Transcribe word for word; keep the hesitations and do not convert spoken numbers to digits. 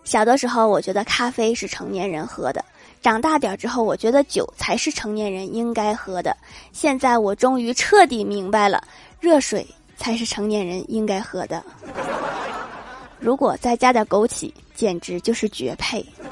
小的时候我觉得咖啡是成年人喝的，长大点之后我觉得酒才是成年人应该喝的，现在我终于彻底明白了，热水才是成年人应该喝的。如果再加点枸杞，简直就是绝配。